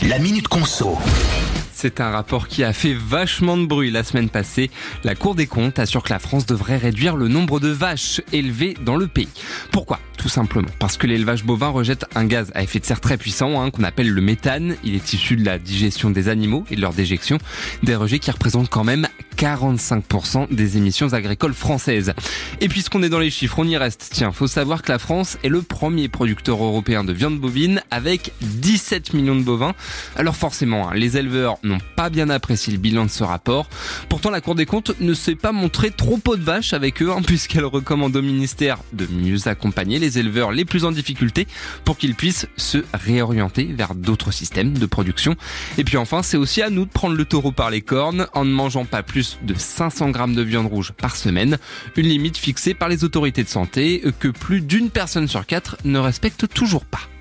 La Minute Conso. C'est un rapport qui a fait vachement de bruit la semaine passée. La Cour des comptes assure que la France devrait réduire le nombre de vaches élevées dans le pays. Pourquoi ? Tout simplement parce que l'élevage bovin rejette un gaz à effet de serre très puissant qu'on appelle le méthane. Il est issu de la digestion des animaux et de leur déjection. Des rejets qui représentent quand même 45% des émissions agricoles françaises. Et puisqu'on est dans les chiffres, on y reste. Tiens, faut savoir que la France est le premier producteur européen de viande bovine avec 17 millions de bovins. Alors forcément, les éleveurs n'ont pas bien apprécié le bilan de ce rapport. Pourtant, la Cour des comptes ne s'est pas montrée trop pot de vache avec eux, puisqu'elle recommande au ministère de mieux accompagner les éleveurs les plus en difficulté pour qu'ils puissent se réorienter vers d'autres systèmes de production. Et puis enfin, c'est aussi à nous de prendre le taureau par les cornes en ne mangeant pas plus de 500 grammes de viande rouge par semaine, une limite fixée par les autorités de santé que plus d'une personne sur 4 ne respecte toujours pas.